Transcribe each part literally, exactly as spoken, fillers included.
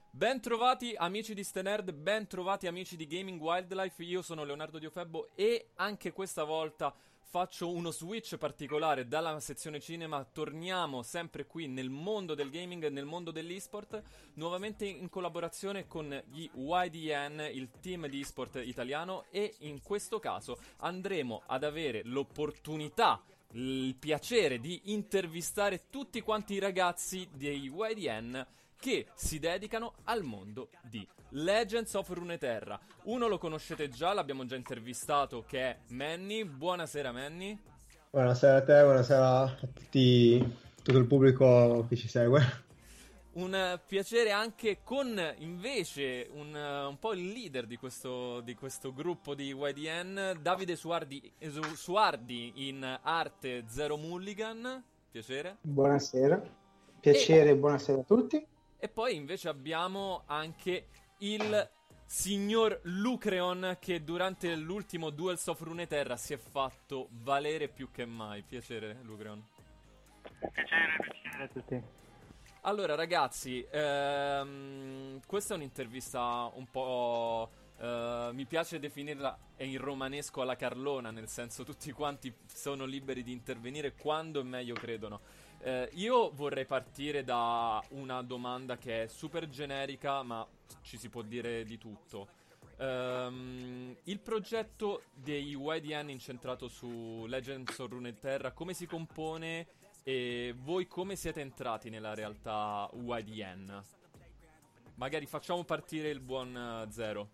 Ben trovati amici di Stenerd, ben trovati amici di Gaming Wildlife, io sono Leonardo Diofebbo e anche questa volta faccio uno switch particolare dalla sezione cinema, torniamo sempre qui nel mondo del gaming e nel mondo dell'esport, nuovamente in collaborazione con gli Y D N, il team di esport italiano, e in questo caso andremo ad avere l'opportunità, il piacere di intervistare tutti quanti i ragazzi dei Y D N che si dedicano al mondo di Legends of Runeterra. Uno lo conoscete già, l'abbiamo già intervistato, che è Manny. Buonasera Manny. Buonasera a te, buonasera a tutti, tutto il pubblico che ci segue. Un uh, piacere anche con invece un, uh, un po' il leader di questo, di questo gruppo di Y D N, Davide Suardi, eh, Suardi in arte Zero Mulligan. Piacere. Buonasera, piacere e buonasera a tutti. E poi invece abbiamo anche il signor Lucreon, che durante l'ultimo Duels of Runeterra si è fatto valere più che mai. Piacere Lucreon. Piacere, piacere a tutti. Allora ragazzi, ehm, questa è un'intervista un po'... Uh, mi piace definirla in romanesco alla Carlona, nel senso tutti quanti sono liberi di intervenire quando e meglio credono. Uh, io vorrei partire da una domanda che è super generica, ma ci si può dire di tutto. Um, il progetto dei Y D N incentrato su Legends of Runeterra come si compone e voi come siete entrati nella realtà Y D N? Magari facciamo partire il buon uh, Zero.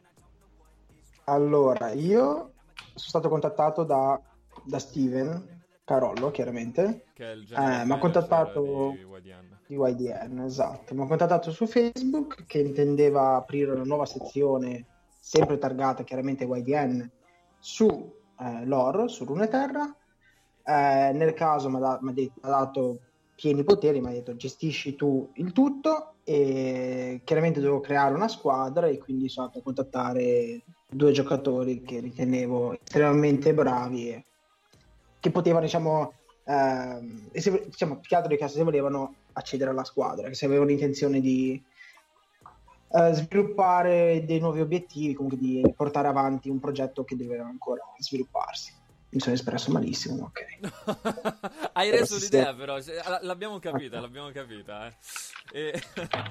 Allora, io sono stato contattato da, da Steven Carollo, chiaramente, che è il eh, mi ha contattato di Y D N. di Y D N, esatto, mi ha contattato su Facebook che intendeva aprire una nuova sezione, sempre targata chiaramente Y D N, su eh, lore, su Runeterra. Eh, nel caso mi ha, da, m'ha ha dato pieni poteri, mi ha detto gestisci tu il tutto, e chiaramente dovevo creare una squadra e quindi sono andato a contattare due giocatori che ritenevo estremamente bravi e che potevano, diciamo, ehm, e se, diciamo più che altro di caso se volevano accedere alla squadra, che se avevano intenzione di eh, sviluppare dei nuovi obiettivi, comunque di portare avanti un progetto che doveva ancora svilupparsi. Mi sono espresso malissimo, ma ok. Hai Però reso si l'idea, sente. però l- l'abbiamo capita, l'abbiamo capita. Eh. E...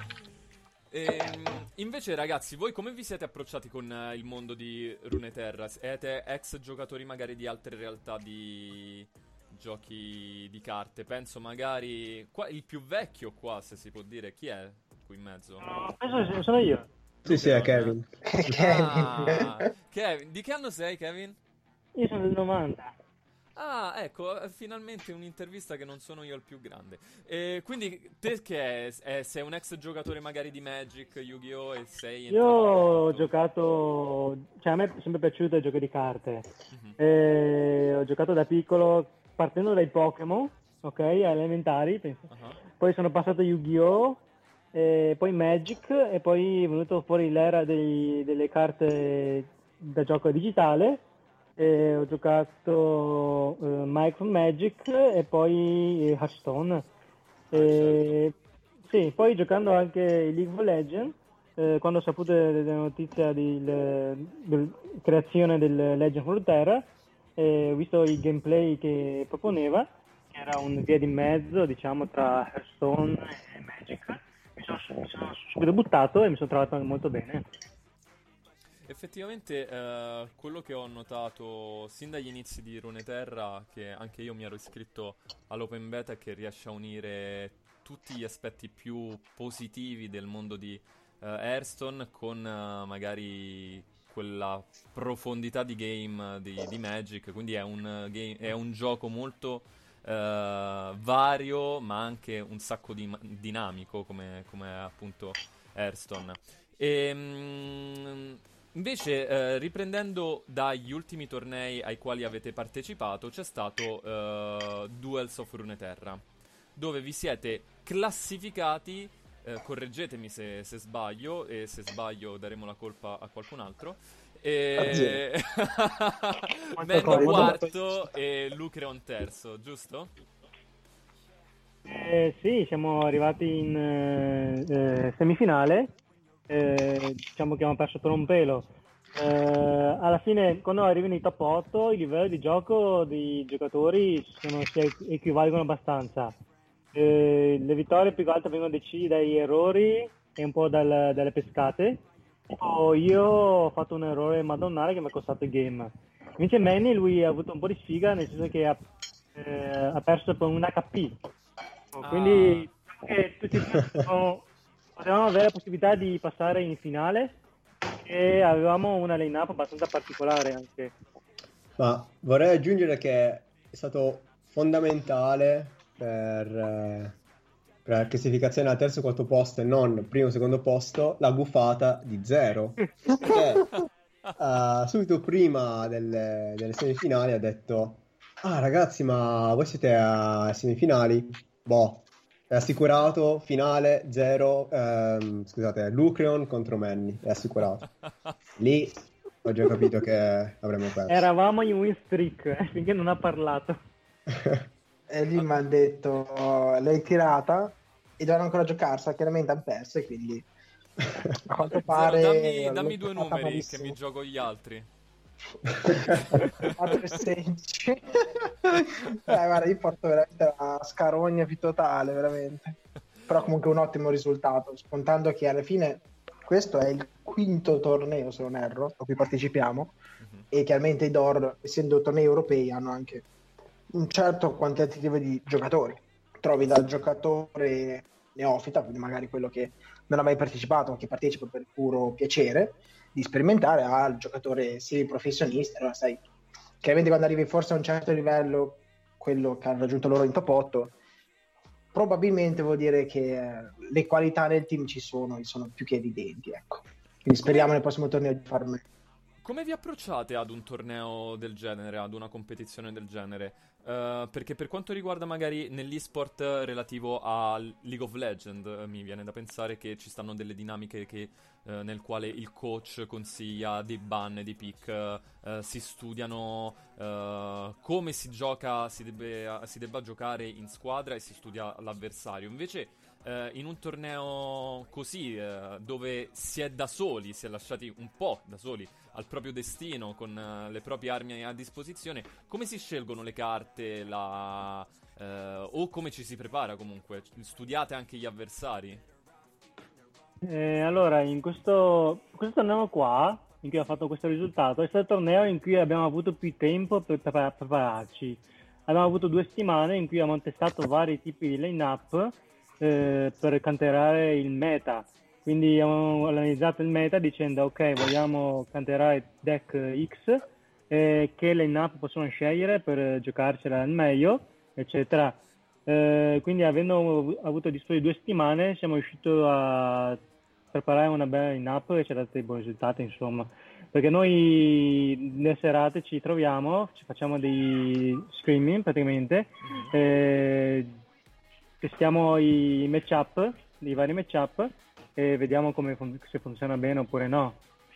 e, invece, ragazzi, voi come vi siete approcciati con uh, il mondo di Runeterra? Siete ex giocatori magari di altre realtà di giochi di carte? Penso magari qua, il più vecchio qua, se si può dire, chi è qui in mezzo? No, penso che sono io. Sì, sì, è Kevin. Ah, Kevin, di che anno sei, Kevin? Io sono del novanta. Ah, ecco, finalmente un'intervista che non sono io il più grande. E quindi te che è, è- sei un ex giocatore magari di Magic, Yu-Gi-Oh! E sei Io entrato ho in tutto? giocato, cioè a me è sempre piaciuto il gioco di carte. Mhm. E ho giocato da piccolo partendo dai Pokémon, ok, elementari, penso. Ah, Poi sono passato a Yu-Gi-Oh! E poi Magic e poi è venuto fuori l'era dei- delle carte da gioco digitale. E ho giocato eh, Micro Magic e poi eh, Hearthstone. E, sì, poi giocando anche League of Legends, eh, quando ho saputo della notizia di del- creazione del Legend of Runeterra, eh, ho visto i gameplay che proponeva, che era un via di mezzo, diciamo, tra Hearthstone e Magic. Mi sono, mi sono subito buttato e mi sono trovato molto bene. effettivamente, eh, quello che ho notato sin dagli inizi di Runeterra, che anche io mi ero iscritto all'open beta, è che riesce a unire tutti gli aspetti più positivi del mondo di eh, Hearthstone con eh, magari quella profondità di game di, di Magic, quindi è un, eh, game- è un gioco molto eh, vario, ma anche un sacco di dinamico, come, come appunto Hearthstone. E, invece, eh, riprendendo dagli ultimi tornei ai quali avete partecipato, c'è stato eh, Duels of Runeterra, dove vi siete classificati, eh, correggetemi se, se sbaglio, e se sbaglio daremo la colpa a qualcun altro, e... Molto Menno comodo. quarto e Lucreon terzo, giusto? Eh, sì, siamo arrivati in eh, eh, semifinale, eh, diciamo che abbiamo perso per un pelo. Eh, alla fine, quando arrivi nei top otto, i livelli di gioco dei giocatori sono, si equivalgono abbastanza. Eh, le vittorie più che altro vengono decise dagli errori e un po' dal- dalle pescate. Tipo, io ho fatto un errore madonnale che mi è costato il game. Invece Manny, lui ha avuto un po' di sfiga, nel senso che ha, eh, ha perso per un H P. Ah, Quindi eh, tutti e due potevamo potevamo avere la possibilità di passare in finale e avevamo una line-up abbastanza particolare anche. Ma vorrei aggiungere che è stato fondamentale per, eh, per la classificazione al terzo e quarto posto e non primo e secondo posto la buffata di Zero, che eh, subito prima delle, delle semifinali ha detto: ah ragazzi, ma voi siete a semifinali? Boh, è assicurato, finale, Zero, ehm, scusate, Lucreon contro Manny, è assicurato. Lì ho già capito che avremmo perso. Eravamo in win streak eh, finché non ha parlato. E lì mi hanno detto l'hai tirata e dovevano ancora giocarsela, chiaramente hanno perso e quindi a quanto Zero, pare dammi, l'ho dammi due giocata numeri che malissimo. mi gioco gli altri. quattro e sedici. Eh, guarda, io porto veramente la scarogna più totale, veramente. Però comunque un ottimo risultato, scontando che alla fine questo è il quinto torneo, se non erro, a cui partecipiamo, Mhm. e chiaramente i D O R, essendo tornei europei, hanno anche un certo quantitativo di giocatori. Trovi dal giocatore neofita, quindi magari quello che non ha mai partecipato, ma che partecipa per puro piacere di sperimentare, al giocatore semi-professionista. Allora, sai, chiaramente quando arrivi forse a un certo livello, quello che hanno raggiunto loro in top otto, probabilmente vuol dire che eh, le qualità nel team ci sono e sono più che evidenti, ecco. Quindi speriamo Come, nel prossimo torneo di farne. come vi approcciate ad un torneo del genere, ad una competizione del genere? Eh, perché per quanto riguarda magari nell'esport relativo a League of Legends, eh, mi viene da pensare che ci stanno delle dinamiche che, eh, nel quale il coach consiglia dei ban, dei pick, eh, eh, si studiano eh, come si gioca, si debbe- si debba giocare in squadra e si studia l'avversario. Invece eh, in un torneo così, eh, dove si è da soli, si è lasciati un po' da soli al proprio destino, con eh, le proprie armi a disposizione, come si scelgono le carte, la, eh, o come ci si prepara comunque? Studiate anche gli avversari? Eh, allora, in questo, questo torneo qua, in cui ha fatto questo risultato, è stato il torneo in cui abbiamo avuto più tempo per prepar- prepararci. Abbiamo avuto due settimane in cui abbiamo testato vari tipi di line-up eh, per canterare il meta. Quindi abbiamo analizzato il meta dicendo: ok, vogliamo canterare deck X, eh, che line-up possiamo scegliere per giocarcela al meglio, eccetera. Eh, quindi avendo avuto di soli due settimane siamo riusciti a preparare una bella line-up e ci ha dato dei buoni risultati, insomma. Perché noi nelle serate ci troviamo, ci facciamo dei screaming praticamente, Mhm. eh, testiamo i match-up, i vari match-up e vediamo come fun- se funziona bene oppure no.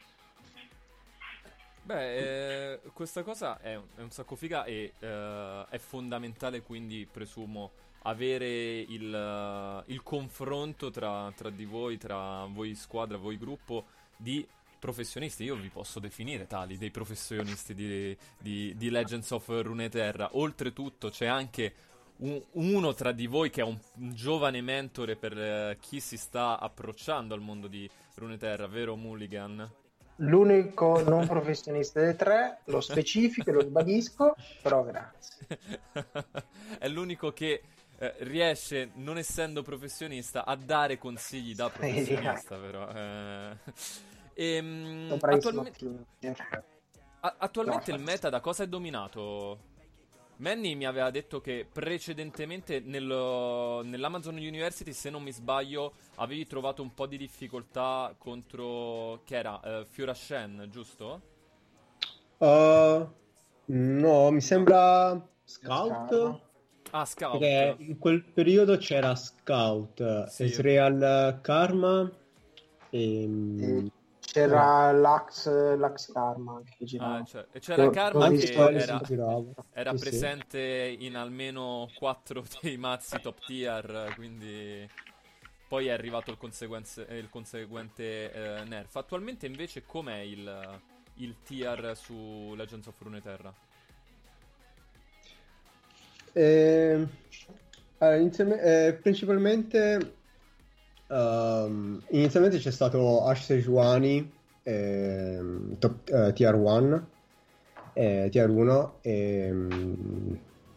Beh, eh, questa cosa è un, è un sacco figa e eh, è fondamentale, quindi presumo avere il, eh, il confronto tra, tra di voi, tra voi squadra, voi gruppo di professionisti. Io vi posso definire tali, dei professionisti di, di, di Legends of Runeterra. Oltretutto c'è anche un- uno tra di voi che è un, un giovane mentore per eh, chi si sta approcciando al mondo di Runeterra, vero Mulligan? L'unico non professionista dei tre, lo specifico e lo ribadisco, però grazie. È l'unico che eh, riesce, non essendo professionista, a dare consigli da Sì, professionista, però. Eh. sono Ehm, bravissimo a attualme- team. a- No, attualmente il scherzo. meta da cosa è dominato? Manny mi aveva detto che precedentemente nello- nell'Amazon University, se non mi sbaglio, avevi trovato un po' di difficoltà contro, che era, eh, Fiora Shen, giusto? Uh, no, mi sembra Scout, Scarno. Ah, Scout. perché in quel periodo c'era Scout, Sì. Ezreal Karma e... E C'era eh. l'Ax, l'Ax Karma anche che girava. Ah, cioè, e c'era Karma Anche che Spoiler era, si girava. era Sì, presente in almeno quattro dei mazzi top tier, quindi poi è arrivato il, conseguenze- il conseguente eh, nerf. Attualmente invece com'è il, il tier su Legends of Runeterra? Eh, allora, inizialmente, eh, principalmente um, inizialmente c'è stato Ash Sejuani ehm, top, eh, tier uno eh, tier uno ehm,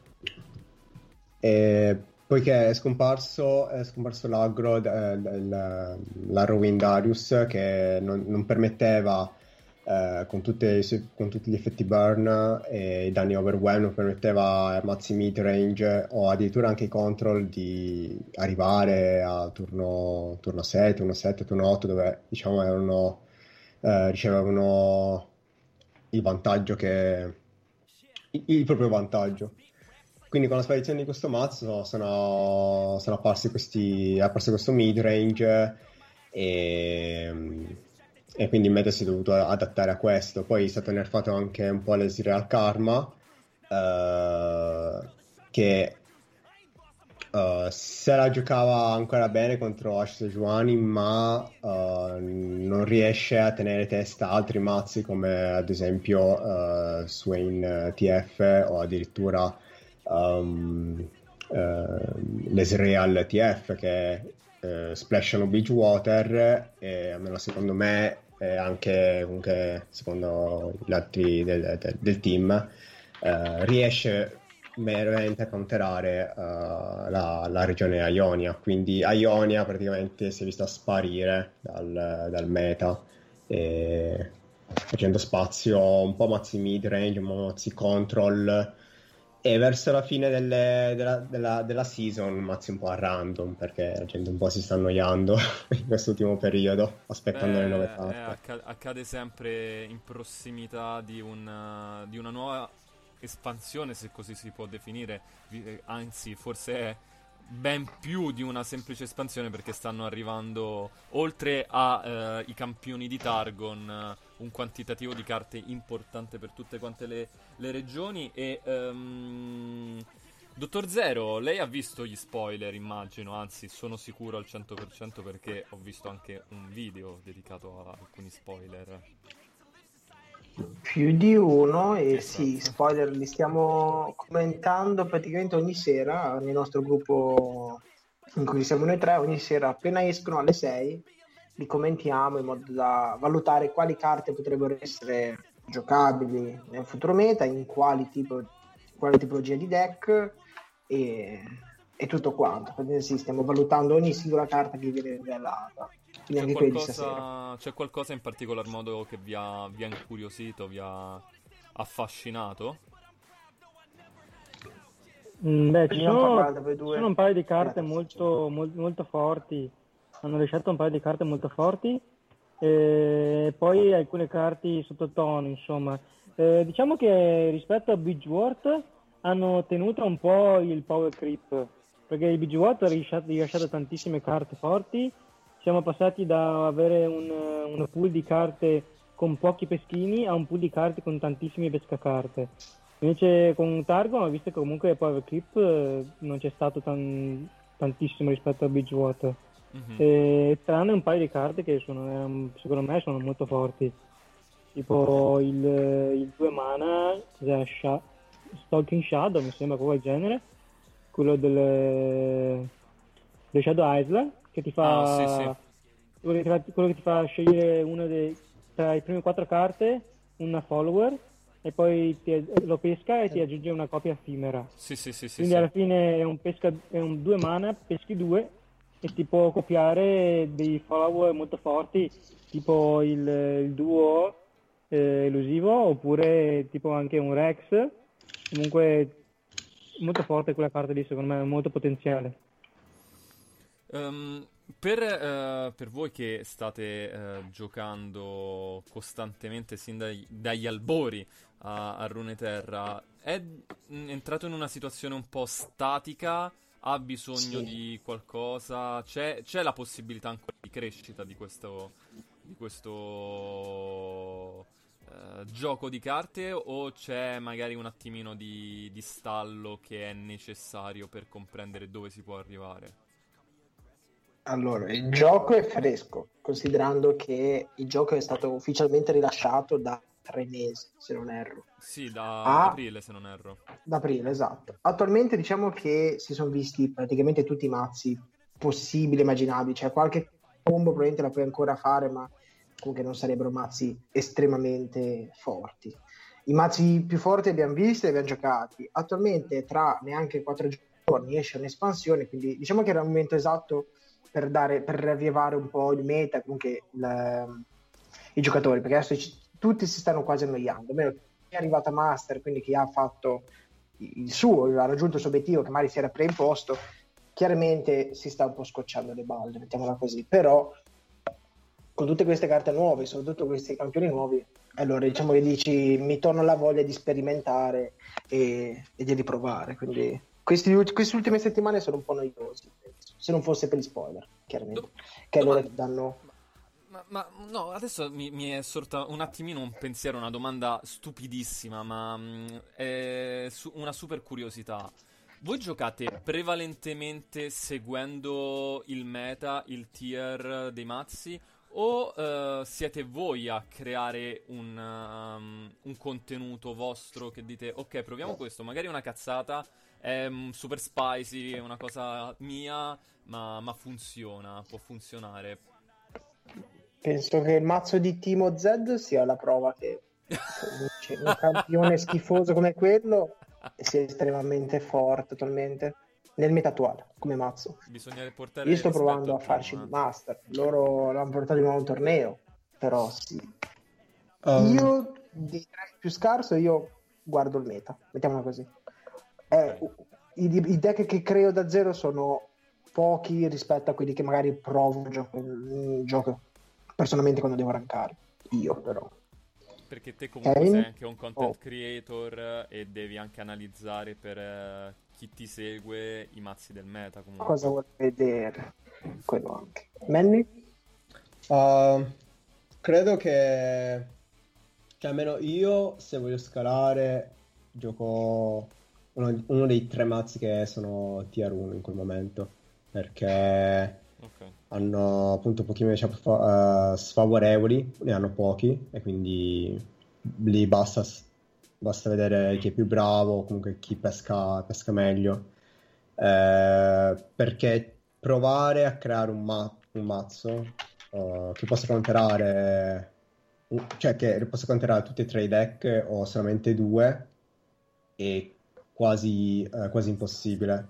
e poiché è scomparso è scomparso l'aggro eh, del- l'Arrowing Darius che non, non permetteva eh, con, tutte i sue- con tutti gli effetti burn e i danni overwhelm, non permetteva ai mazzi mid range o addirittura anche i control di arrivare a turno, turno sette, turno sette, turno otto, dove diciamo erano, eh, ricevevano il vantaggio che il, il proprio vantaggio. Quindi con la sparizione di questo mazzo sono, sono apparsi questi, è apparso questo mid range e, e quindi il meta si è dovuto adattare a questo. Poi è stato nerfato anche un po' l'Ezreal Karma, eh, che eh, se la giocava ancora bene contro Ash Sejuani, ma eh, non riesce a tenere testa a altri mazzi come ad esempio eh, Swain T F o addirittura um, uh, l'Ezreal T F che uh, splashano Bridgewater e almeno secondo me e anche comunque secondo gli altri del, del, del team uh, riesce veramente a counterare uh, la, la regione Ionia, quindi Ionia praticamente si è vista sparire dal, dal meta e facendo spazio un po' mazzi mid range, un po' mazzi control. E verso la fine delle, della, della, della season mazzi un po' a random perché la gente un po' si sta annoiando in quest'ultimo periodo aspettando Beh, le nuove eh, carte. acca- accade sempre in prossimità di, un, di una nuova espansione, se così si può definire, vi- eh, anzi forse è ben più di una semplice espansione perché stanno arrivando oltre ai campioni di Targon eh, un quantitativo di carte importante per tutte quante le, le regioni e ehm, Dottor Zero, lei ha visto gli spoiler, immagino, anzi sono sicuro al cento per cento perché ho visto anche un video dedicato a alcuni spoiler. Più di uno e Esatto. sì, spoiler li stiamo commentando praticamente ogni sera nel nostro gruppo in cui siamo noi tre, ogni sera appena escono alle sei li commentiamo in modo da valutare quali carte potrebbero essere giocabili nel futuro meta, in quali tipo, quale tipologia di deck e, e tutto quanto. Quindi sì, stiamo valutando ogni singola carta che viene regalata. C'è Anche quelli stasera. qualcosa, c'è qualcosa in particolar modo che vi ha, vi ha incuriosito, vi ha affascinato? Mm, beh, ci Vogliamo sono, parlare da voi ci due? sono un paio di carte Eh, molto, mol- molto forti. Hanno riscelto un paio di carte molto forti. E poi alcune carte sottotono, insomma. Eh, diciamo che rispetto a Bridgewater hanno tenuto un po' il power creep. Perché il Bridgewater ha rilasciato, rilasciato tantissime carte forti. Siamo passati da avere un, una pool di carte con pochi peschini a un pool di carte con tantissime pescacarte. Invece con Targon ho visto che comunque il power clip eh, non c'è stato tan- tantissimo rispetto a Bridgewater. Mhm. E tranne un paio di carte che sono, ehm, secondo me sono molto forti. Tipo il, il due mana, cos'è? Sha- Stalking Shadow, mi sembra quello del genere. Quello del, del Shadow Island, che ti fa, Ah, sì, sì. quello che ti fa, quello che ti fa scegliere una dei, tra le prime quattro carte, una follower, e poi ti- lo pesca e ti aggiunge una copia effimera. Sì, sì, sì, sì, Quindi sì. alla fine è un, pesca, è un due mana, peschi due e ti può copiare dei follower molto forti, tipo il, il duo eh, elusivo, oppure tipo anche un Rex. Comunque molto forte quella carta lì, secondo me, molto potenziale. Ehm, per, eh, per voi che state eh, giocando costantemente sin dai- dagli albori a, a Runeterra, è mm, entrato in una situazione un po' statica? Ha bisogno Sì. di qualcosa? C'è, c'è la possibilità ancora di crescita di questo, di questo uh, gioco di carte, o c'è magari un attimino di, di stallo che è necessario per comprendere dove si può arrivare? Allora, il gioco è fresco, considerando che il gioco è stato ufficialmente rilasciato da tre mesi, se non erro. Sì, da Ah, aprile, se non erro. Da aprile, esatto. Attualmente diciamo che si sono visti praticamente tutti i mazzi possibili e immaginabili, cioè qualche combo probabilmente la puoi ancora fare, ma comunque non sarebbero mazzi estremamente forti. I mazzi più forti abbiamo visti e abbiamo giocati. Attualmente tra neanche quattro giorni esce un'espansione, quindi diciamo che era il momento esatto per dare, per riavvivare un po' il meta, comunque il, i giocatori, perché adesso ci, tutti si stanno quasi annoiando, almeno chi è arrivato a Master, quindi chi ha fatto il suo, ha raggiunto il suo obiettivo che magari si era preimposto, chiaramente si sta un po' scocciando le balle, mettiamola così, però con tutte queste carte nuove, soprattutto questi campioni nuovi, allora diciamo che dici mi torna la voglia di sperimentare e, e di riprovare, quindi questi, queste ultime settimane sono un po' noiosi, se non fosse per gli spoiler, chiaramente, Do- che domanda- allora danno... Ma, ma no, adesso mi, mi è sorta un attimino un pensiero, una domanda stupidissima, ma mh, è su- una super curiosità. Voi giocate prevalentemente seguendo il meta, il tier dei mazzi, o eh, siete voi a creare un, um, un contenuto vostro che dite, ok, proviamo questo, magari è una cazzata, è mm, super spicy, è una cosa mia, ma, ma funziona, può funzionare. Penso che il mazzo di Timo Z sia la prova che cioè, un campione schifoso come quello sia estremamente forte totalmente nel meta attuale come mazzo. Bisogna portare Io sto rispetto provando a a farci Timo, il eh. master, loro l'hanno portato in nuovo un torneo, però sì. Um, Io di tre più scarso io guardo il meta, mettiamola così. Eh, i, i deck che creo da zero sono pochi rispetto a quelli che magari provo gioco, gioco personalmente quando devo rankare. Io però. Perché te comunque Kevin? sei anche un content Oh. creator e devi anche analizzare per eh, chi ti segue i mazzi del meta comunque. Cosa vuoi vedere? Quello anche. Manny? Uh, credo che, cioè almeno io, se voglio scalare, gioco uno, uno dei tre mazzi che sono tier uno in quel momento, perché Ok. hanno appunto pochi matchup fa- eh, sfavorevoli, ne hanno pochi, e quindi lì basta, basta vedere chi è più bravo, comunque chi pesca, pesca meglio. Eh, perché provare a creare un, ma- un mazzo eh, che possa counterare, un- cioè che possa counterare tutti e tre i deck o solamente due, è quasi, eh, quasi impossibile.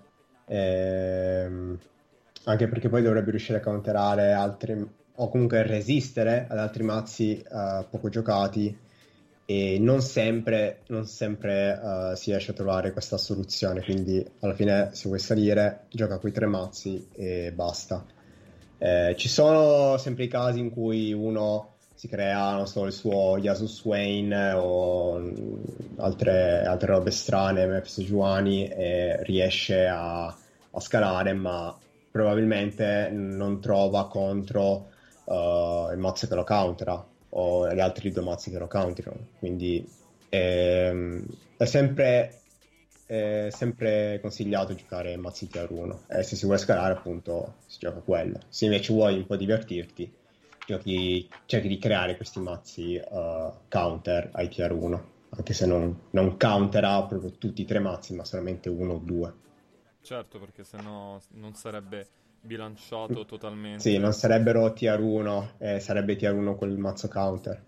Ehm, anche perché poi dovrebbe riuscire a counterare altri, o comunque resistere ad altri mazzi eh, poco giocati, e non sempre, non sempre eh, si riesce a trovare questa soluzione, quindi alla fine se vuoi salire gioca quei tre mazzi e basta. Eh, ci sono sempre i casi in cui uno si crea, non so, il suo Yasuo Swain o mh, altre, altre robe strane, M F Sejuani, e riesce a, a scalare, ma probabilmente non trova contro uh, il mazzo che lo countera o gli altri due mazzi che lo counterano. Quindi ehm, è sempre, è sempre consigliato giocare mazzi tier uno, e se si vuole scalare appunto si gioca quello. Se invece vuoi un po' divertirti, giochi, cerchi di creare questi mazzi uh, counter ai tier uno, anche se non, non countera proprio tutti i tre mazzi, ma solamente uno o due. Certo, perché sennò non sarebbe bilanciato totalmente. Sì, non sarebbero tier uno, eh, sarebbe tier uno quel mazzo counter.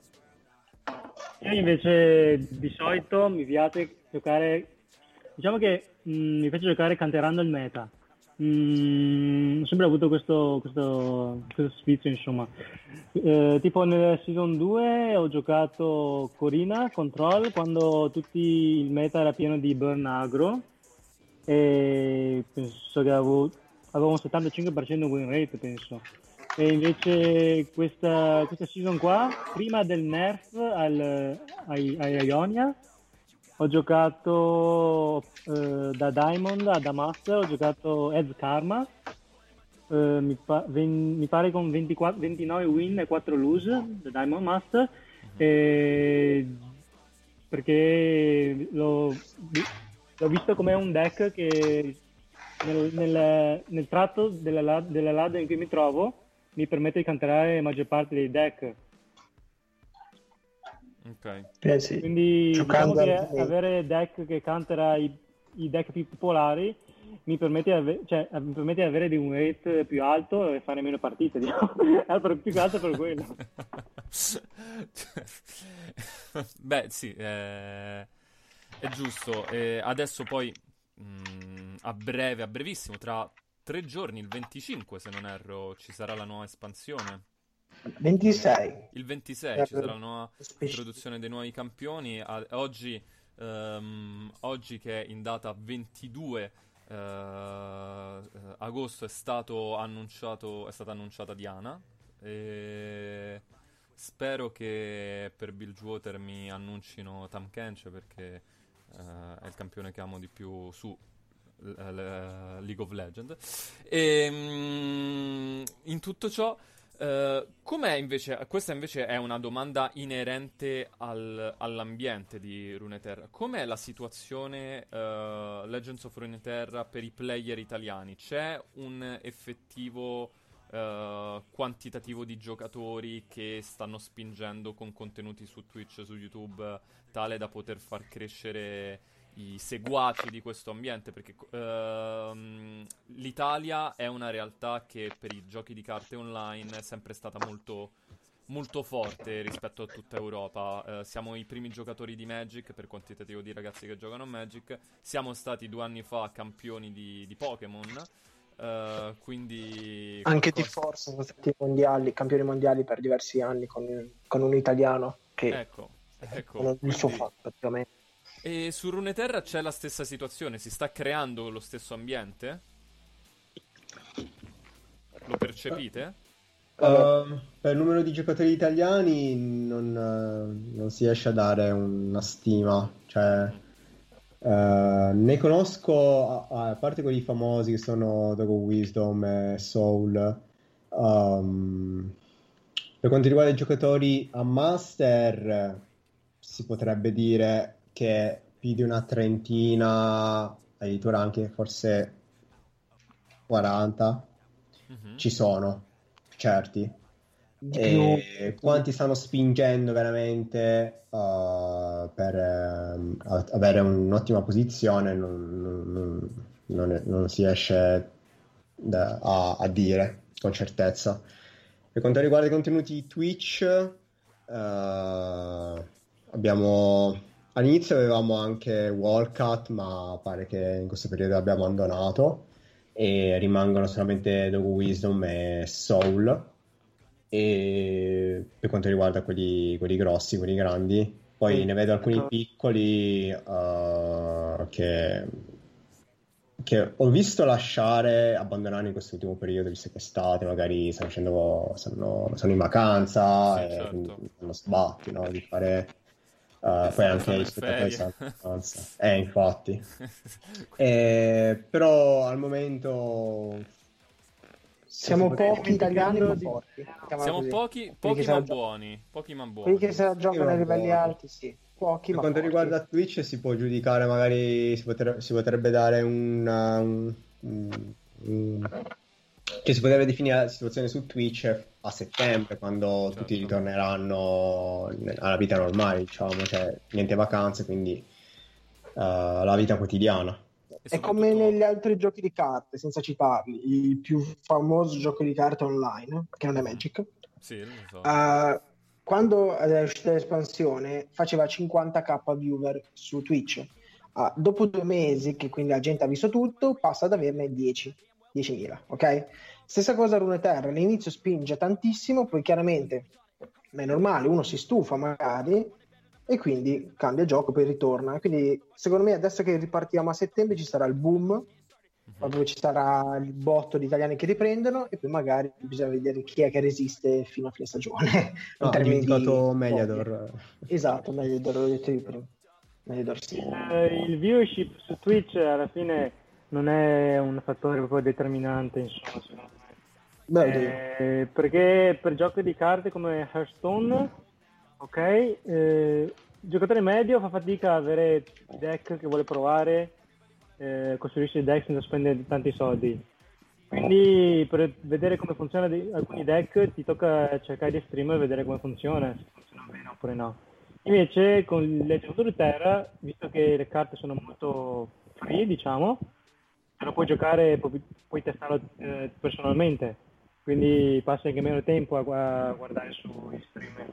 Io invece di solito mi piace giocare, diciamo che mh, mi piace giocare canterando il meta. Mm, ho sempre avuto questo, questo, questo sfizio, insomma. Eh, tipo nel season due ho giocato Corina Control quando tutti il meta era pieno di burn agro, e penso che avevo, avevo un settantacinque per cento win rate, penso. E invece questa, questa season qua, prima del nerf al, ai, ai Ionia, ho giocato eh, da Diamond a da Master, ho giocato Edge Karma eh, mi, pa- ven- mi pare con ventiquattro, ventinove win e quattro lose da Diamond Master, e perché l'ho, l'ho visto come un deck che nel, nel- nel tratto della, la- della ladder in cui mi trovo mi permette di counterare la maggior parte dei deck. Ok. Eh sì, Quindi diciamo giocando che al- avere deck che countera i, i deck più popolari mi permette, di ave- cioè, mi permette di avere di un rate più alto e fare meno partite, diciamo. È per- più che altro per quello. Beh, sì, eh, è giusto. E adesso poi, mh, a breve, a brevissimo, tra tre giorni, il venticinque, se non erro, ci sarà la nuova espansione. ventisei. Il ventisei ci sarà la nuova introduzione dei nuovi campioni. A- oggi, ehm, oggi che è in data ventidue eh, eh, agosto è stato annunciato, è stata annunciata Diana. E spero che per Bilgewater mi annuncino Tahm Kench, perché eh, è il campione che amo di più su l- l- League of Legends. E mm, in tutto ciò, eh, com'è invece, questa invece è una domanda inerente al- all'ambiente di Runeterra. Com'è la situazione eh, Legends of Runeterra per i player italiani? C'è un effettivo eh, quantitativo di giocatori che stanno spingendo con contenuti su Twitch, su YouTube, tale da poter far crescere i seguaci di questo ambiente? Perché ehm, l'Italia è una realtà che per i giochi di carte online è sempre stata molto, molto forte rispetto a tutta Europa. Eh, siamo i primi giocatori di Magic per quantitativo di ragazzi che giocano a Magic. Siamo stati due anni fa campioni di, di Pokémon. Eh, quindi Anche di qualcosa... Forza sono stati mondiali, campioni mondiali per diversi anni con, con un italiano che Ecco, ecco, non il suo quindi... fatto praticamente. E su Runeterra c'è la stessa situazione? Si sta creando lo stesso ambiente? Lo percepite? Uh, per il numero di giocatori italiani non, eh, non si riesce a dare una stima, cioè eh, ne conosco a, a parte quelli famosi che sono Dogo Wisdom e Soul. Um, per quanto riguarda i giocatori a Master, si potrebbe dire che più di una trentina, addirittura anche forse quaranta Mhm. ci sono, certi. Di E più, quanti stanno spingendo veramente uh, per ehm, a- avere un'ottima posizione non, non- non- non- non si riesce da- a, a dire con certezza. Per quanto riguarda i contenuti Twitch, eh, abbiamo all'inizio avevamo anche Wallcat, ma pare che in questo periodo abbia abbandonato e rimangono solamente Dogo Wisdom e Soul. E per quanto riguarda quelli, quelli grossi, quelli grandi, poi Sì, ne vedo alcuni ecco. piccoli eh, che, che ho visto lasciare, abbandonare in quest'ultimo periodo, visto che è estate, magari stanno facendo, stanno- sono in vacanza Sì, e quindi certo. hanno sbatti, no, di fare. Eh, Eh, poi sta- anche stanno gli in spettatori ferie. stanno in vacanza. Eh, infatti. Quindi... Eh, però al momento se si Siamo potrebbe pochi italiani dimenticando ma di... forti, mettiamola Siamo così. pochi, Quelli che pochi se ma la gio- buoni. Pochi ma quelli che buoni. se la giocano ma a livelli buoni. alti, sì, pochi Per ma quanto forti. riguarda Twitch si può giudicare, magari si potrebbe, si potrebbe dare un, un- un- un- cioè si potrebbe definire la situazione su Twitch a settembre, quando tutti Certo. ritorneranno alla vita normale, diciamo, cioè niente vacanze, quindi eh, la vita quotidiana. E È come soprattutto... negli altri giochi di carte, senza citarli, il più famoso gioco di carte online, che non è Mhm. Magic. Sì, lo so. Uh, quando è uscita l'espansione faceva cinquanta k viewer su Twitch. Uh, dopo due mesi, che quindi la gente ha visto tutto, passa ad averne dieci, diecimila, ok? Stessa cosa a Runeterra, all'inizio spinge tantissimo, poi chiaramente è normale, uno si stufa magari e quindi cambia gioco, poi ritorna. Quindi secondo me adesso che ripartiamo a settembre ci sarà il boom, Mhm. dove ci sarà il botto di italiani che riprendono e poi magari bisogna vedere chi è che resiste fino a fine stagione in No, ho termini dimenticato di Meliador. esatto, Mediador, l'ho detto io prima. Mediador, sì. il, il viewership su Twitch alla fine non è un fattore proprio determinante, insomma, secondo me. Beh, Eh, perché per giochi di carte come Hearthstone, ok, eh, il giocatore medio fa fatica a avere deck che vuole provare, eh, costruisce deck senza spendere tanti soldi. Quindi per vedere come funzionano dei- alcuni deck ti tocca cercare di streamare e vedere come funziona, se funziona bene oppure no. Invece con Legend of Runeterra, visto che le carte sono molto free, diciamo, te lo puoi giocare e puoi, puoi testarlo eh, personalmente, quindi passi anche meno tempo a, gua- a guardare sui streamer.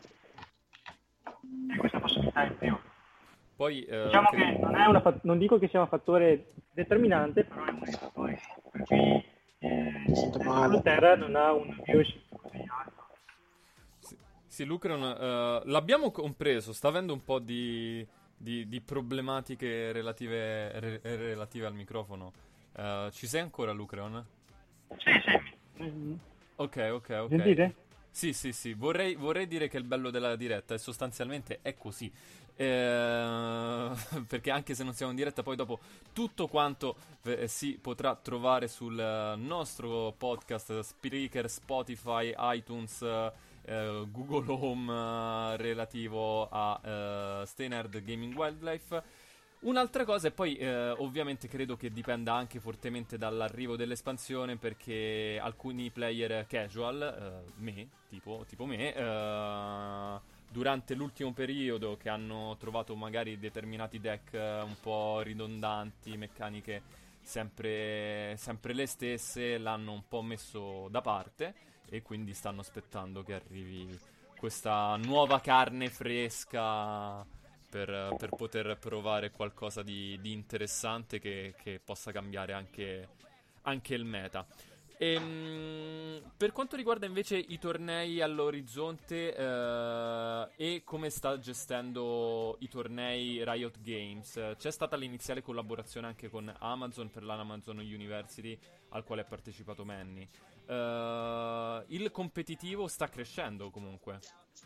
E questa possibilità in più. Poi, eh, Diciamo cre- che non, è una fa- non dico che sia un fattore determinante, però è uno dei fattori per cui eh, mi sento male. Terra non ha un viewership così alto. Sì, sì, Lucron, eh, l'abbiamo compreso, sta avendo un po' di, di- di problematiche relative, re- relative al microfono. Eh, ci sei ancora, Lucron? Sì, sì. Mm, Ok, ok, ok. Sentite? Sì, sì, sì, vorrei, vorrei dire che il bello della diretta è sostanzialmente è così. Eh, perché anche se non siamo in diretta, poi dopo tutto quanto eh, si potrà trovare sul eh, nostro podcast, Spreaker, Spotify, iTunes, eh, eh, Google Home, eh, relativo a eh, Stay Nerd Gaming Wildlife. Un'altra cosa, e poi eh, ovviamente credo che dipenda anche fortemente dall'arrivo dell'espansione, perché alcuni player casual, eh, me, tipo, tipo me, eh, durante l'ultimo periodo, che hanno trovato magari determinati deck eh, un po' ridondanti, meccaniche sempre, sempre le stesse, l'hanno un po' messo da parte e quindi stanno aspettando che arrivi questa nuova carne fresca per, per poter provare qualcosa di, di interessante che, che possa cambiare anche, anche il meta. Ehm, per quanto riguarda invece i tornei all'orizzonte eh, e come sta gestendo i tornei Riot Games, eh, c'è stata l'iniziale collaborazione anche con Amazon per l'Amazon University al quale ha partecipato Manny. Eh, il competitivo sta crescendo comunque.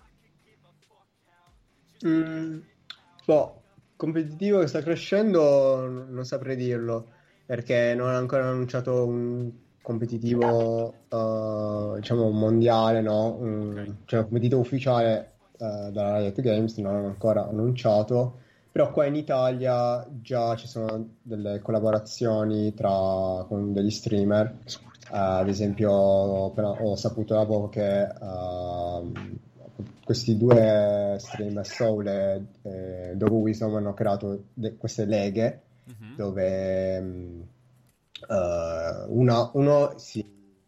Mm, boh, competitivo che sta crescendo, n- non saprei dirlo, perché non ha ancora annunciato un competitivo, eh, diciamo, mondiale, no? Ok. Un- cioè un competitivo ufficiale, eh, dalla Riot Games, non hanno ancora annunciato, però qua in Italia già ci sono delle collaborazioni tra, con degli streamer. Eh, ad esempio, ho, appena- ho saputo da poco che ehm, questi due streamer, Soul e, e Dogu Wisdom, hanno creato de- queste leghe Mhm. dove mh, eh, una- uno si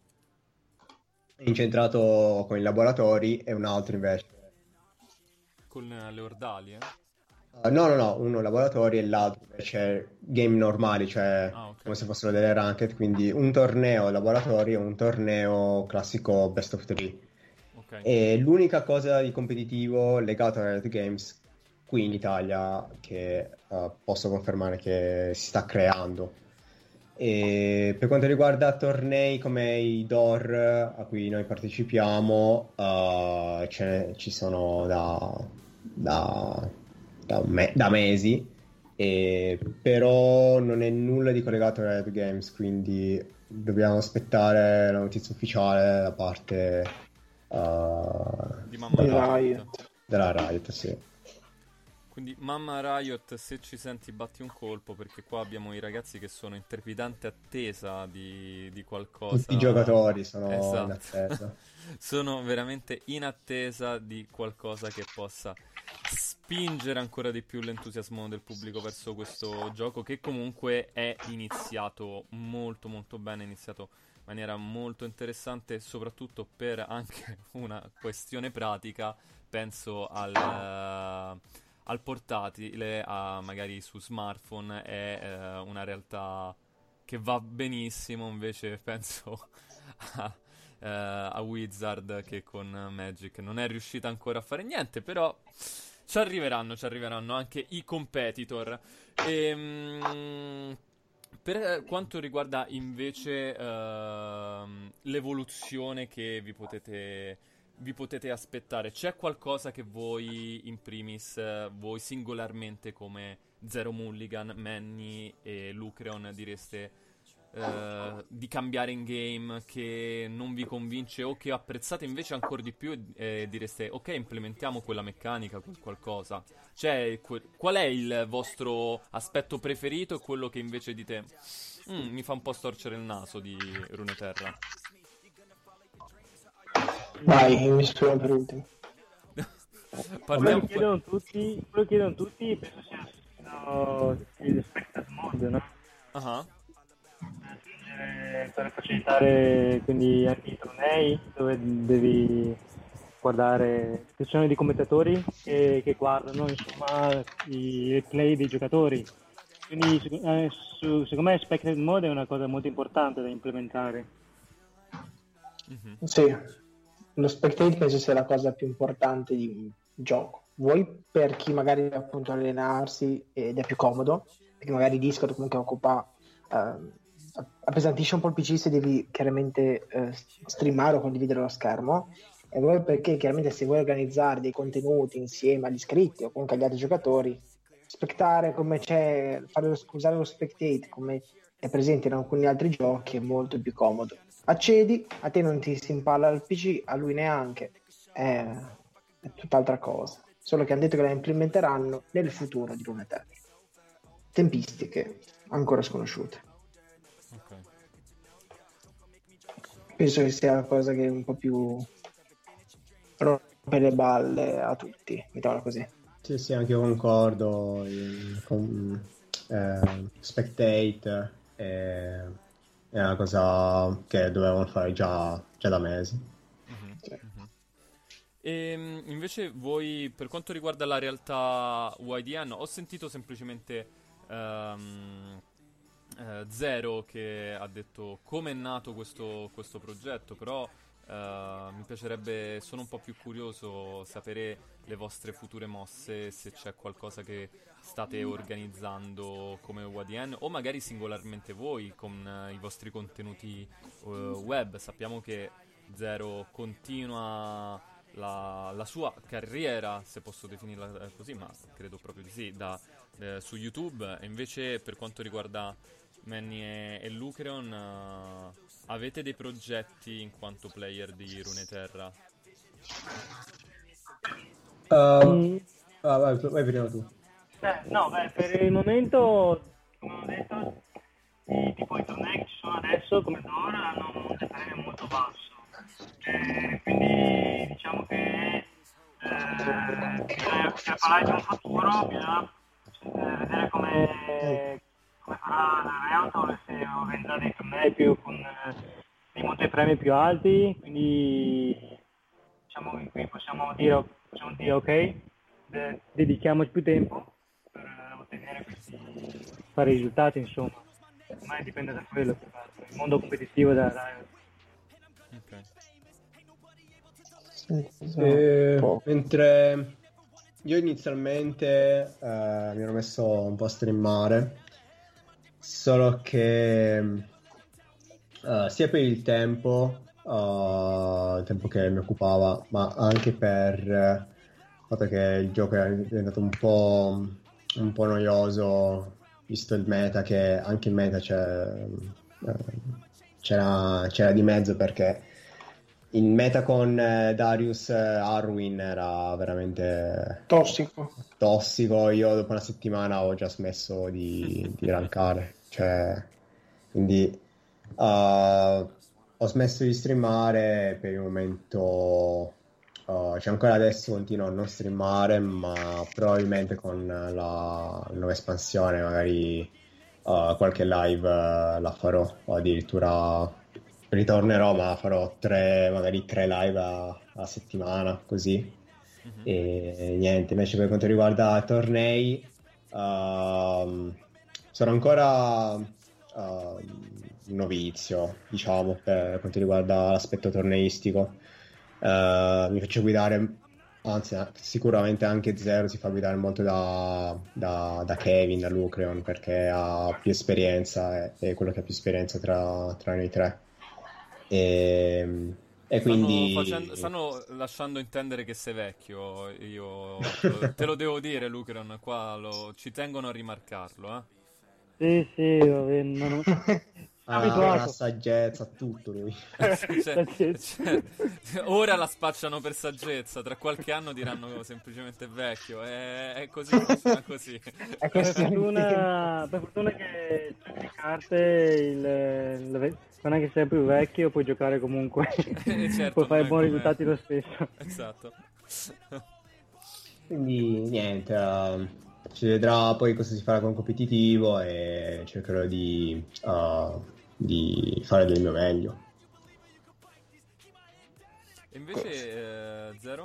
è incentrato con i laboratori e un altro invece. Con eh, le ordali, eh? Uh, no, no, no, uno laboratori e l'altro invece game normali, cioè Ah, ok. come se fossero delle ranked, quindi un torneo laboratori e un torneo classico best of three. Ok. E l'unica cosa di competitivo legato a Riot Games qui in Italia che uh, posso confermare che si sta creando. E per quanto riguarda tornei come i D O R a cui noi partecipiamo, uh, ce ne- ci sono da, da, da un me- da mesi, e però non è nulla di collegato a Riot Games, quindi dobbiamo aspettare la notizia ufficiale da parte uh, Di Mamma Di della, Riot. Riot. della Riot, sì. Quindi Mamma Riot, se ci senti batti un colpo, perché qua abbiamo i ragazzi che sono in trepidante attesa di, di Tutti i qualcosa. giocatori sono in Esatto. attesa. Sono veramente in attesa di qualcosa che possa spingere ancora di più l'entusiasmo del pubblico verso questo gioco, che comunque è iniziato molto molto bene, è iniziato in maniera molto interessante, soprattutto per anche una questione pratica. Penso al, eh, al portatile, a magari su smartphone, è eh, una realtà che va benissimo. Invece penso a, eh, a Wizard, che con Magic non è riuscita ancora a fare niente, però ci arriveranno, ci arriveranno anche i competitor. Ehm, per quanto riguarda invece ehm, l'evoluzione che vi potete, vi potete aspettare, c'è qualcosa che voi in primis, eh, voi singolarmente come Zero Mulligan, Manny e Lucreon direste: eh, di cambiare in game che non vi convince o che apprezzate invece ancora di più e, e direste ok, implementiamo quella meccanica, quel qualcosa? Cioè, que- qual è il vostro aspetto preferito e quello che invece dite "Mm, mi fa un po' storcere il naso di Runeterra"? Vai, mi spiego per ultimo. Quello Parliamo che chiedono tutti, quello che chiedono tutti penso sia no, il spectator mode, no? Ah, Eh, per facilitare quindi anche i tornei dove devi guardare, ci sono dei commentatori che, che guardano insomma i i play dei giocatori. Quindi sec- eh, su- secondo me spectator mode è una cosa molto importante da implementare. mhm, Sì, lo spectate penso sia la cosa più importante di un gioco. Vuoi per chi magari deve appunto allenarsi ed è più comodo, perché magari Discord comunque occupa, ehm, appesantisce un po' il P C se devi chiaramente eh, streamare o condividere lo schermo, e vuoi perché chiaramente se vuoi organizzare dei contenuti insieme agli iscritti o comunque agli altri giocatori, spectare come c'è, fare lo, usare lo spectate come è presente in alcuni altri giochi è molto più comodo. Accedi, a te non ti si impalla il P C, a lui neanche, è, è tutt'altra cosa. Solo che hanno detto che la implementeranno nel futuro di Runeterra. Tempistiche ancora sconosciute. ok. Penso che sia la cosa che un po' più rompe le balle a tutti, mettiamola così. Sì, sì, anche io concordo. il- con, eh, Spectate è, è una cosa che dovevano fare già, già da mesi. Mhm, Sì. mhm. E invece voi, per quanto riguarda la realtà Y D N, ho sentito semplicemente ehm, eh, Zero che ha detto come è nato questo, questo progetto, però eh, mi piacerebbe, sono un po' più curioso sapere le vostre future mosse, se c'è qualcosa che state organizzando come Y D N o magari singolarmente voi con eh, i vostri contenuti eh, web. Sappiamo che Zero continua la, la sua carriera, se posso definirla eh, così, ma credo proprio di sì, da, eh, su YouTube. E invece per quanto riguarda Manny e, e Lucreon, eh, avete dei progetti in quanto player di Runeterra? Uh, Mm, ah, vai, vai prima tu. eh, no, beh, per il momento, come ho detto, i, tipo i tornei che ci sono adesso, come da ora, hanno un montepremio molto basso. Eh, quindi diciamo che eh, bisogna, per parlare di un futuro bisogna eh, vedere come, come farà la Realtor, se organizzerà dei tornei più con eh, dei montepremi più alti, quindi diciamo che qui possiamo dire, possiamo dire ok, de- dedichiamoci più tempo per eh, ottenere questi fare risultati, insomma. Ormai dipende da quello, il mondo competitivo da Riot. Ok. Sì, sì, E poco. mentre io inizialmente eh, mi ero messo un po' a streamare, solo che eh, sia per il tempo, eh, il tempo che mi occupava, ma anche per eh, il fatto che il gioco è diventato un po', un po' noioso, visto il meta, che anche il meta c'è, eh, c'era, c'era di mezzo, perché il meta con eh, Darius eh, Arwin era veramente Tossico. tossico. Io dopo una settimana ho già smesso di, di rankare, cioè, quindi uh, ho smesso di streamare per il momento. Uh, cioè ancora adesso continuo a non streamare, ma probabilmente con la, la nuova espansione magari uh, qualche live uh, la farò, o addirittura ritornerò, ma farò tre, magari tre live a, a settimana, così. Mhm. E niente, invece per quanto riguarda i tornei, ehm, sono ancora ehm, un novizio, diciamo, per quanto riguarda l'aspetto torneistico. Eh, mi faccio guidare, anzi, eh, sicuramente anche Zero si fa guidare molto da, da, da Kevin, da Lucreon, perché ha più esperienza, è, è quello che ha più esperienza tra, tra noi tre. E, e Stanno facendo, quindi stanno lasciando intendere che sei vecchio, io te lo, te lo devo dire, Lucron, qua lo- ci tengono a rimarcarlo, eh. Sì, sì, vabbè, non ho- ha la saggezza, tutto lui. Cioè, cioè, ora la spacciano per saggezza, tra qualche anno diranno semplicemente vecchio. È, è così, funziona così. È per fortuna, per fortuna che le carte, il, il, non è che sei più vecchio, puoi giocare comunque, eh, certo, puoi fare buoni come... risultati lo stesso. Esatto. Quindi niente, uh, si vedrà poi cosa si farà con competitivo e cercherò di, uh, di fare del mio meglio. E invece eh, Zero?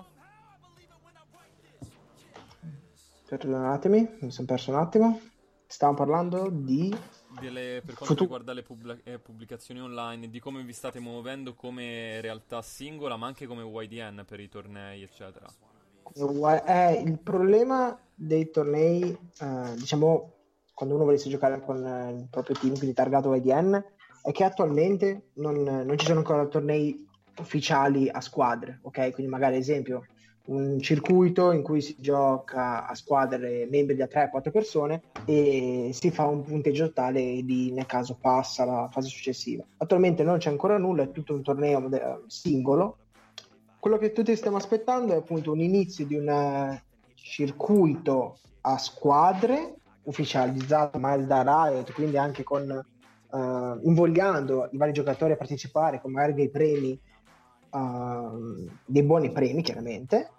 Perdonatemi, mi sono perso un attimo. Stavamo parlando di... Delle, per quanto Futu- riguarda le pubblic- eh, pubblicazioni online, di come vi state muovendo come realtà singola, ma anche come Y D N per i tornei, eccetera. Eh, il problema dei tornei, eh, diciamo, quando uno volesse giocare con eh, il proprio team, quindi targato Y D N, è che attualmente non, non ci sono ancora tornei ufficiali a squadre, ok? Quindi magari, ad esempio, un circuito in cui si gioca a squadre membri da tre a quattro persone e si fa un punteggio tale di, nel caso, passa alla fase successiva. Attualmente non c'è ancora nulla, è tutto un torneo de- singolo. Quello che tutti stiamo aspettando è appunto un inizio di un circuito a squadre ufficializzato magari da Riot, quindi anche con uh, invogliando i vari giocatori a partecipare con magari dei premi, uh, dei buoni premi chiaramente.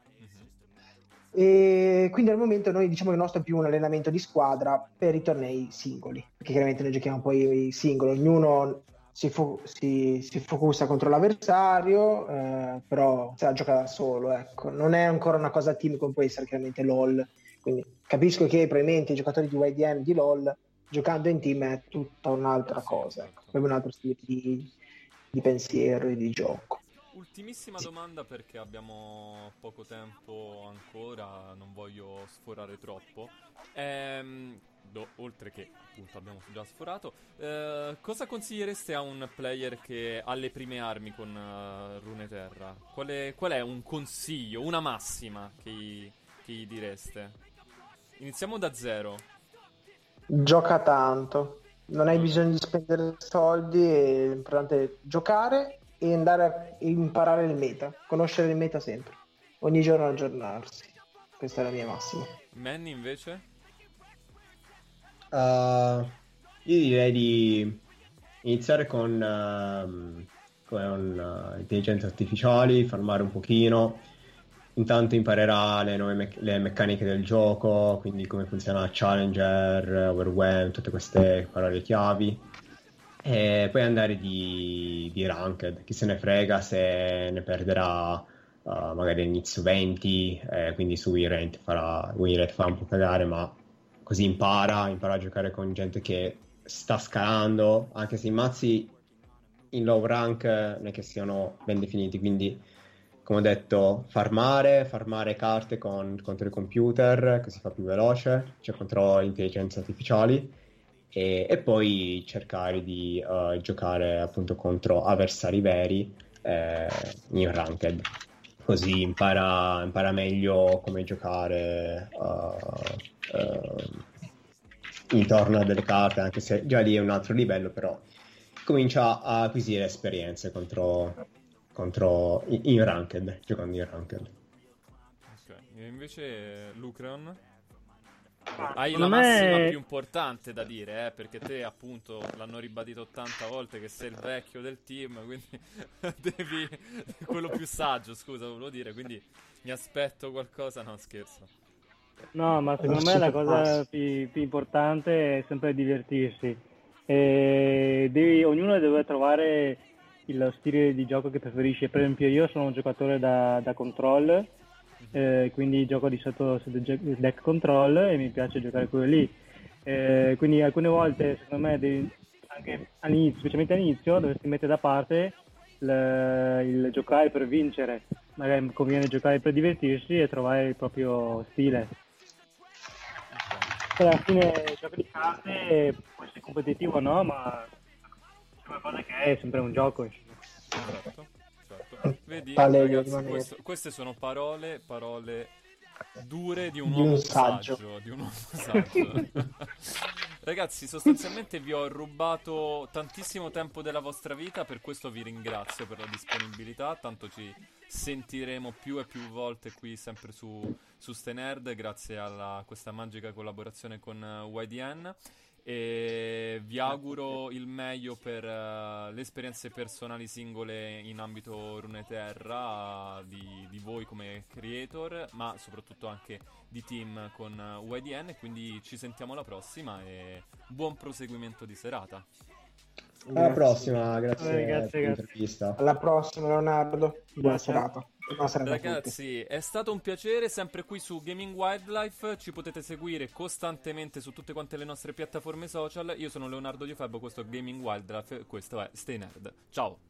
E quindi al momento noi diciamo che il nostro è più un allenamento di squadra per i tornei singoli, perché chiaramente noi giochiamo poi singolo, ognuno si, fo- si, si focusa contro l'avversario, eh, però se la gioca da solo, ecco. Non è ancora una cosa team come può essere chiaramente LOL, quindi capisco che probabilmente i giocatori di Y D N di LOL giocando in team è tutta un'altra cosa, ecco. Proprio un altro stile di, di pensiero e di gioco. Ultimissima domanda, perché abbiamo poco tempo ancora, non voglio sforare troppo. Ehm, do, oltre che appunto abbiamo già sforato, eh, cosa consigliereste a un player che ha le prime armi con uh, Runeterra? Qual è, qual è un consiglio, una massima che gli, che gli direste? Iniziamo da Zero. Gioca tanto, non hai bisogno di spendere soldi, è importante giocare e andare a imparare il meta, conoscere il meta sempre, ogni giorno aggiornarsi. Questa è la mia massima. Manny invece? Uh, io direi di iniziare con, uh, con uh, intelligenze artificiali, farmare un pochino, intanto imparerà le nuove me- le meccaniche del gioco, quindi come funziona Challenger, Overwhelm, tutte queste parole chiavi. E poi andare di, di ranked, chi se ne frega se ne perderà uh, magari all'inizio venti, eh, quindi su Winrate farà Winrate fa un po' cagare, ma così impara, impara a giocare con gente che sta scalando, anche se i mazzi in low rank non è che siano ben definiti, quindi come ho detto farmare, farmare carte con, contro il computer che si fa più veloce, cioè contro le intelligenze artificiali. E, e poi cercare di uh, giocare appunto contro avversari veri eh, in ranked, così impara, impara meglio come giocare uh, uh, intorno a delle carte, anche se già lì è un altro livello, però comincia a acquisire esperienze contro, contro in, in ranked, giocando in ranked. Ok, e invece Lucreon? Hai Secondo la massima me- più importante da dire, eh, perché te appunto l'hanno ribadito ottanta volte che sei il vecchio del team, quindi devi quello più saggio, scusa, volevo dire, quindi mi aspetto qualcosa, no scherzo. No, ma secondo me super la cosa passo. più, più importante è sempre divertirsi. E devi- ognuno deve trovare il stile di gioco che preferisce. Per esempio, io sono un giocatore da, da control, eh, quindi gioco di solito su de- deck control e mi piace giocare quello lì. Eh, quindi alcune volte, secondo me, devi- anche all'inizio, specialmente all'inizio, dovresti mettere da parte il, il giocare per vincere. Magari conviene giocare per divertirsi e trovare il proprio stile. Alla fine il gioco di carte può essere competitivo o no, ma come cosa che è, è sempre un gioco, insomma. Certo, certo. Vedi, Tale ragazzi, rimanere. questo- queste sono parole, parole dure di un Di un uomo saggio. saggio, di un uomo saggio. Ragazzi, sostanzialmente vi ho rubato tantissimo tempo della vostra vita, per questo vi ringrazio per la disponibilità, tanto ci sentiremo più e più volte qui sempre su, su Stay Nerd, grazie a questa magica collaborazione con uh, Y D N, e vi auguro il meglio per uh, le esperienze personali singole in ambito Runeterra, uh, di, di voi come creator, ma soprattutto anche di team con uh, Y D N, quindi ci sentiamo alla prossima e buon proseguimento di serata. Alla prossima, grazie, Eh, grazie, per grazie. l'intervista. Alla prossima, Leonardo. Buona Grazie. serata. Buona serata a tutti. Ragazzi, è stato un piacere, sempre qui su Gaming Wildlife, ci potete seguire costantemente su tutte quante le nostre piattaforme social. Io sono Leonardo Diofebbo, questo è Gaming Wildlife, questo è Stay Nerd. Ciao!